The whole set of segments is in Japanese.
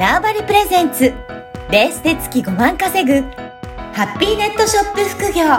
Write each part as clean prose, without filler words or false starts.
ターバリプレゼンツベースで月5万稼ぐハッピーネットショップ副業。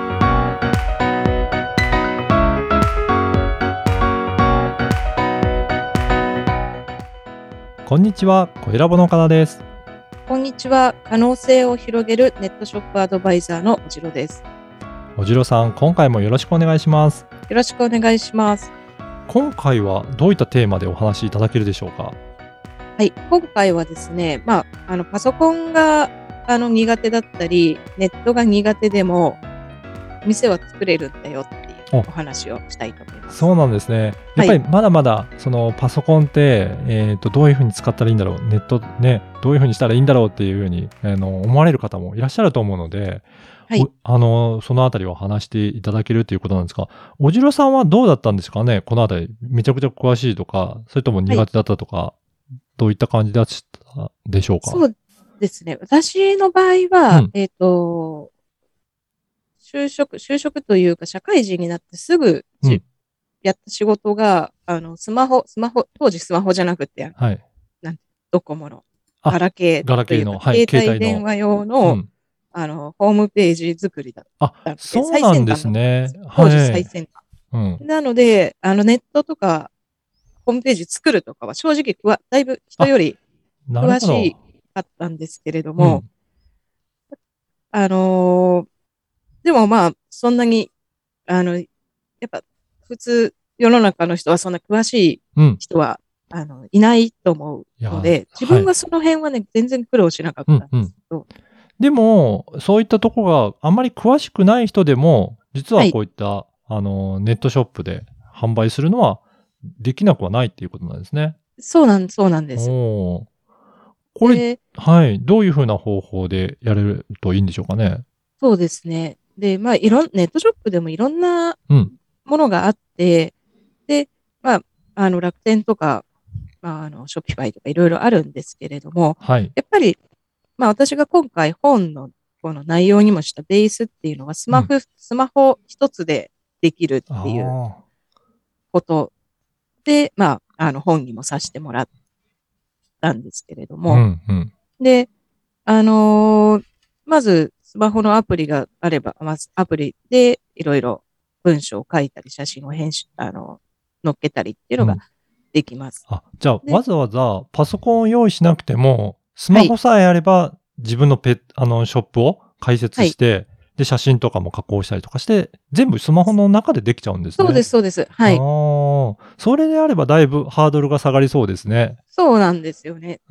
こんにちは、小ラボの岡田です。 こんにちは。可能性を広げるネットショップアドバイザーのおじろです。 おじろさん、今回もよろしくお願いします。 よろしくお願いします。 今回はどういったテーマでお話しいただけるでしょうか？ はい、今回はですね、パソコンが苦手だったり、ネットが苦手でも店は作れるんだよっていうお話をしたいと思います。 そうなんですね。やっぱりまだまだそのパソコンって、どういうふうに使ったらいいんだろう、ネットね、どういうふうにしたらいいんだろうっていうふうに思われる方もいらっしゃると思うので、はい、そのあたりを話していただけるということなんですが、おじろさんはどうだったんですかね？このあたりめちゃくちゃ詳しいとか、それとも苦手だったとか、はい、どういった感じだったでしょうか？ そうですね。私の場合は、就職というか社会人になってすぐ、やった仕事が、スマホ、当時スマホじゃなくて、 はい、 ドコモのガラケーの、携帯電話用の、ホームページ作りだったので、 そうなんですね。 当時最先端。なので、ネットとか、ホームページ作るとかは正直だいぶ人より詳しかったんですけれども、でもそんなに、やっぱ普通世の中の人はそんな詳しい人は、いないと思うので、自分はその辺はね、全然苦労しなかったんですけど。 でも、そういったとこがあんまり詳しくない人でも、実はこういった、ネットショップで販売するのはできなくはないっていうことなんですね。 そうなんです。 これ、はい。どういうふうな方法でやれるといいんでしょうかね。 そうですね。で、ネットショップでもいろんなものがあって、で、楽天とか、ショピファイとかいろいろあるんですけれども、 はい、 やっぱり、私が今回本のこの内容にもしたベースっていうのはスマホ一つでできるっていうことで、本にもさせてもらったんですけれども、で、まずスマホのアプリがあれば、アプリでいろいろ文章を書いたり、写真を載っけたりっていうのができます。 じゃあ、わざわざパソコンを用意しなくても、スマホさえあれば、自分のショップを開設して、で、写真とかも加工したりとかして、全部スマホの中でできちゃうんですね。 そうです。はい。 それであればだいぶハードルが下がりそうですね。 そうなんですよね。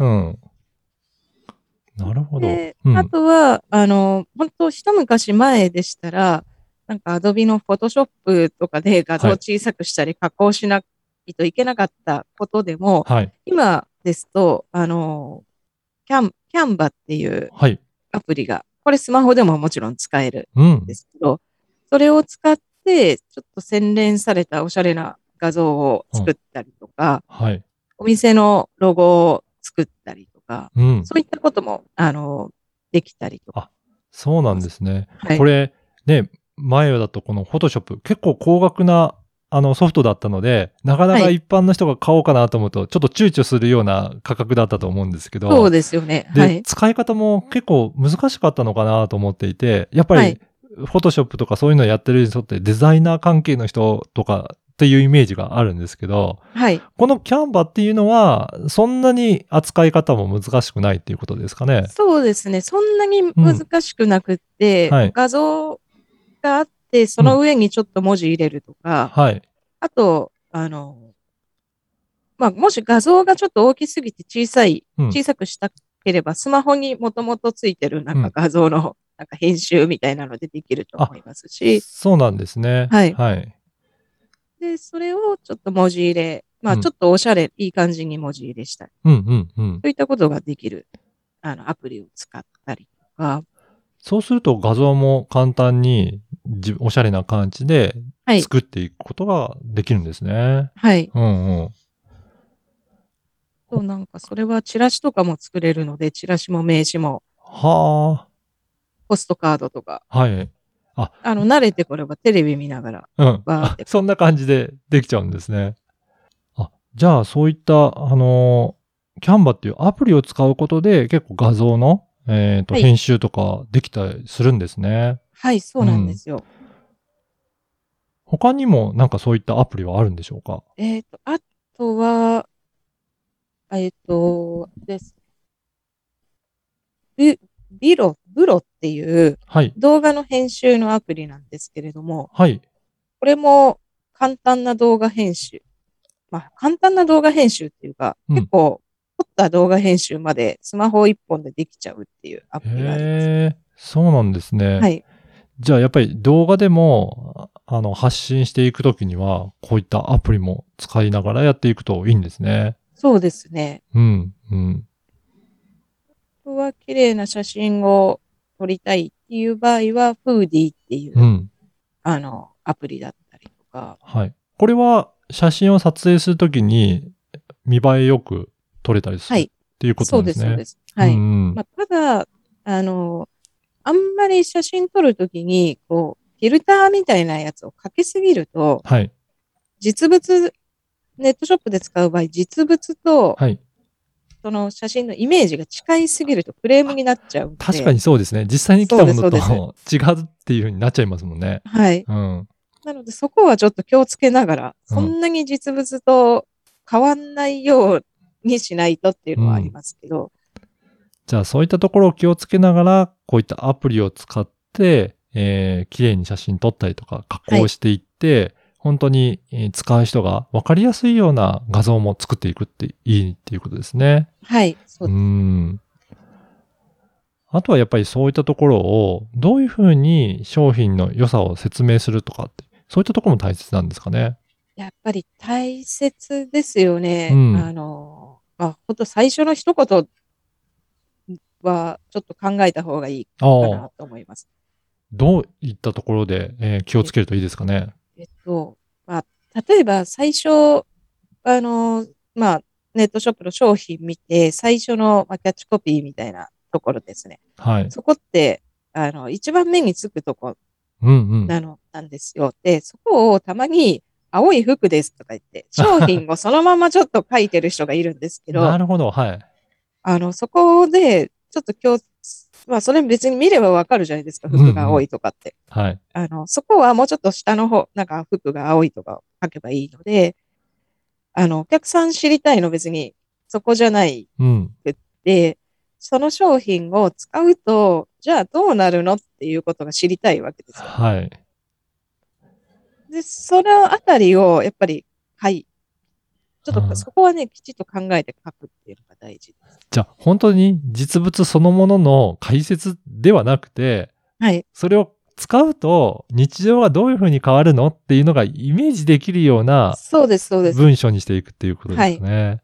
なるほど。 あとは、本当一昔前でしたら、なんか Adobe の Photoshop とかで画像を小さくしたり加工しないといけなかったことでも、今ですと、キャンバっていうアプリが、これスマホでももちろん使えるんですけど、それを使って、ちょっと洗練されたおしゃれな画像を作ったりとか、お店のロゴを作ったりとか、そういったことも、できたりとか。 そうなんですね。これ、ね、前だとこの Photoshop、結構高額なソフトだったので、なかなか一般の人が買おうかなと思うと、ちょっと躊躇するような価格だったと思うんですけど。 そうですよね。 で、使い方も結構難しかったのかなと思っていて、やっぱり、Photoshop とかそういうのをやってる人ってデザイナー関係の人とかっていうイメージがあるんですけど、このキャンバっていうのは、そんなに扱い方も難しくないっていうことですかね。 そうですね。そんなに難しくなくって、画像があって、その上にちょっと文字入れるとか、あと、もし画像がちょっと大きすぎて小さくしたければ、スマホにもともとついてるなんか画像のなんか編集みたいなのでできると思いますし。 そうなんですね。 で、それをちょっと文字入れ、ちょっとおしゃれ、いい感じに文字入れしたり。そういったことができる、アプリを使ったりとか。 そうすると画像も簡単におしゃれな感じで作っていくことができるんですね。 そう、なんかそれはチラシとかも作れるので、チラシも名刺も。ポストカードとか。慣れてこればテレビ見ながら。 そんな感じでできちゃうんですね。じゃあそういった、 キャンバっていうアプリを使うことで結構画像の、編集とかできたりするんですね。 はい、そうなんですよ。 他にもなんかそういったアプリはあるんでしょうか？ あとは、です。ブロっていう動画の編集のアプリなんですけれども、 はい。 これも簡単な動画編集。まあ、簡単な動画編集っていうか、結構、凝った動画編集までスマホ一本でできちゃうっていうアプリがあります。 そうなんですね。 はい。 じゃあやっぱり動画でも、発信していくときには、こういったアプリも使いながらやっていくといいんですね。 そうですね。 うん、うん。 僕は綺麗な写真を撮りたいっていう場合は、フーディーっていう、アプリだったりとか。 はい。これは写真を撮影するときに見栄えよく撮れたりするっていうことなんですね。 そうです。はい。まあ、ただ、あんまり写真撮るときに、こう、フィルターみたいなやつをかけすぎると、 はい。 実物、ネットショップで使う場合、実物と、 はい。 その写真のイメージが近いすぎるとクレームになっちゃうので。 確かにそうですね。実際に来たものと違うっていう風になっちゃいますもんね。 はい。なのでそこはちょっと気をつけながら、そんなに実物と変わんないようにしないとっていうのはありますけど。 じゃあそういったところを気をつけながら、こういったアプリを使って、綺麗に写真撮ったりとか加工していって、本当に使う人が分かりやすいような画像も作っていくっていいっていうことですね。 はい、そうです。 あとはやっぱりそういったところをどういうふうに商品の良さを説明するとかって、そういったところも大切なんですかね。 やっぱり大切ですよね。本当最初の一言はちょっと考えた方がいいかなと思います。 どういったところで、気をつけるといいですかね。 まあ、例えば最初、まあ、ネットショップの商品見て、最初の、キャッチコピーみたいなところですね。 はい。 そこって、一番目につくとこなんですよ。で、そこをたまに、青い服ですとか言って、商品をそのままちょっと書いてる人がいるんですけど、 なるほど、はい。 そこで、ちょっとそれ別に見ればわかるじゃないですか、服が青いとかって。 はい。 そこはもうちょっと下の方、なんか服が青いとか書けばいいので、お客さん知りたいの別にそこじゃないくって、その商品を使うと、じゃあどうなるのっていうことが知りたいわけですよ。 はい。 で、そのあたりをやっぱり、ちょっとそこはね、きちっと考えて書くっていうのが大事です。 じゃあ本当に実物そのものの解説ではなくて、それを使うと日常がどういうふうに変わるのっていうのがイメージできるような文章にしていくっていうことですね。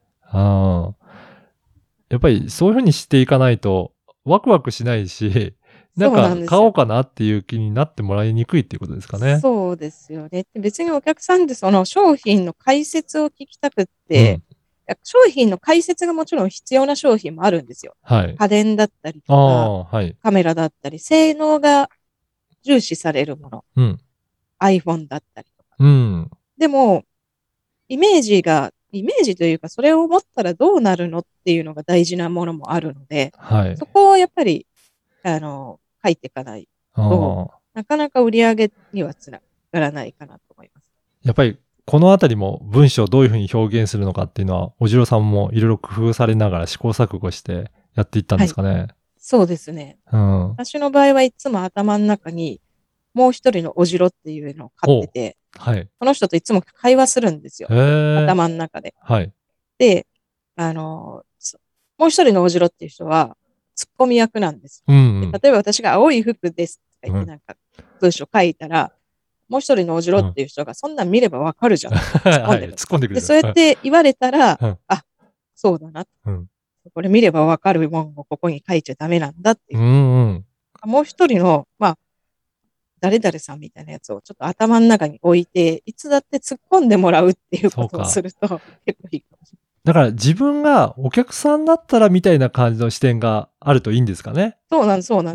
やっぱりそういうふうにしていかないとワクワクしないし、なんか買おうかなっていう気になってもらいにくいっていうことですかね。 そうですよね。別にお客さんでその商品の解説を聞きたくって、商品の解説がもちろん必要な商品もあるんですよ。家電だったりとか、カメラだったり、性能が重視されるもの。iPhone だったりとか。でも、イメージというか、それを持ったらどうなるのっていうのが大事なものもあるので、そこをやっぱり、書いていかないと、なかなか売り上げにはつながらないかなと思います。 やっぱり、このあたりも文章をどういうふうに表現するのかっていうのは、おじろさんもいろいろ工夫されながら試行錯誤してやっていったんですかね。 そうですね。私の場合はいつも頭の中に、もう一人のおじろっていうのを飼ってて、その人といつも会話するんですよ。頭の中で。で、もう一人のおじろっていう人は、ツッコミ役なんです。例えば私が青い服ですとか言ってなんか文章書いたら、もう一人のおじろっていう人がそんなん見ればわかるじゃん。突っ込んでくる。で、そうやって言われたら、そうだな。これ見ればわかるもんをここに書いちゃダメなんだっていう。もう一人の、誰々さんみたいなやつをちょっと頭の中に置いて、いつだって突っ込んでもらうっていうことをすると結構いいかもしれない。 だから自分がお客さんだったらみたいな感じの視点があるといいんですかね。 そうなんです。はい、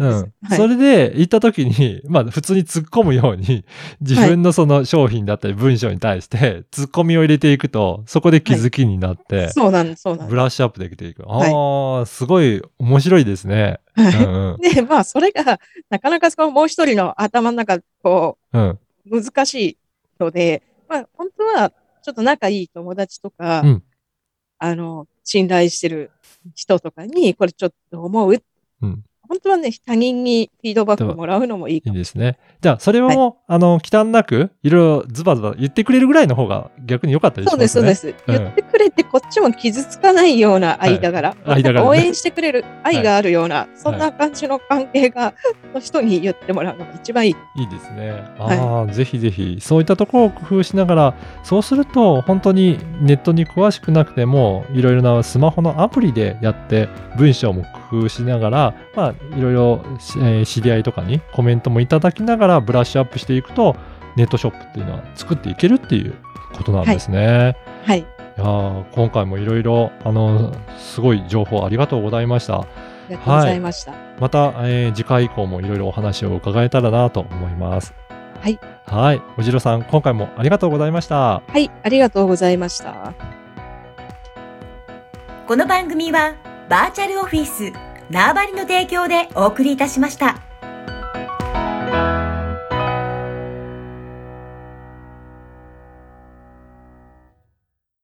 それで行った時に、まあ普通に突っ込むように、自分のその商品だったり文章に対して突っ込みを入れていくと、そこで気づきになって、 そうなんです。 ブラッシュアップできていく。ああ、すごい面白いですね。 で、まあそれが、なかなかそのもう一人の頭の中、こう、難しいので、まあ本当はちょっと仲いい友達とか、信頼してる人とかに、これちょっと思う。本当はね、他人にフィードバックもらうのもいいかも。 いいですね。じゃあ、それを、忌憚なく、いろいろズバズバ言ってくれるぐらいの方が逆に良かったりしますね。 そうです。言ってくれて、こっちも傷つかないような間柄。応援してくれる愛があるような、そんな感じの関係が、の人に言ってもらうのが一番いい。 いいですね。ぜひぜひ、そういったところを工夫しながら、そうすると、本当にネットに詳しくなくても、いろいろなスマホのアプリでやって、文章も工夫しながら、いろいろ、知り合いとかにコメントもいただきながらブラッシュアップしていくと、ネットショップっていうのは作っていけるっていうことなんですね。 はい。 いや今回もいろいろすごい情報ありがとうございました。 ありがとうございました。 また、次回以降もいろいろお話を伺えたらなと思います。 はい。 はい。おじろさん、今回もありがとうございました。 はい、ありがとうございました。 この番組はバーチャルオフィス縄張りの提供でお送りいたしました。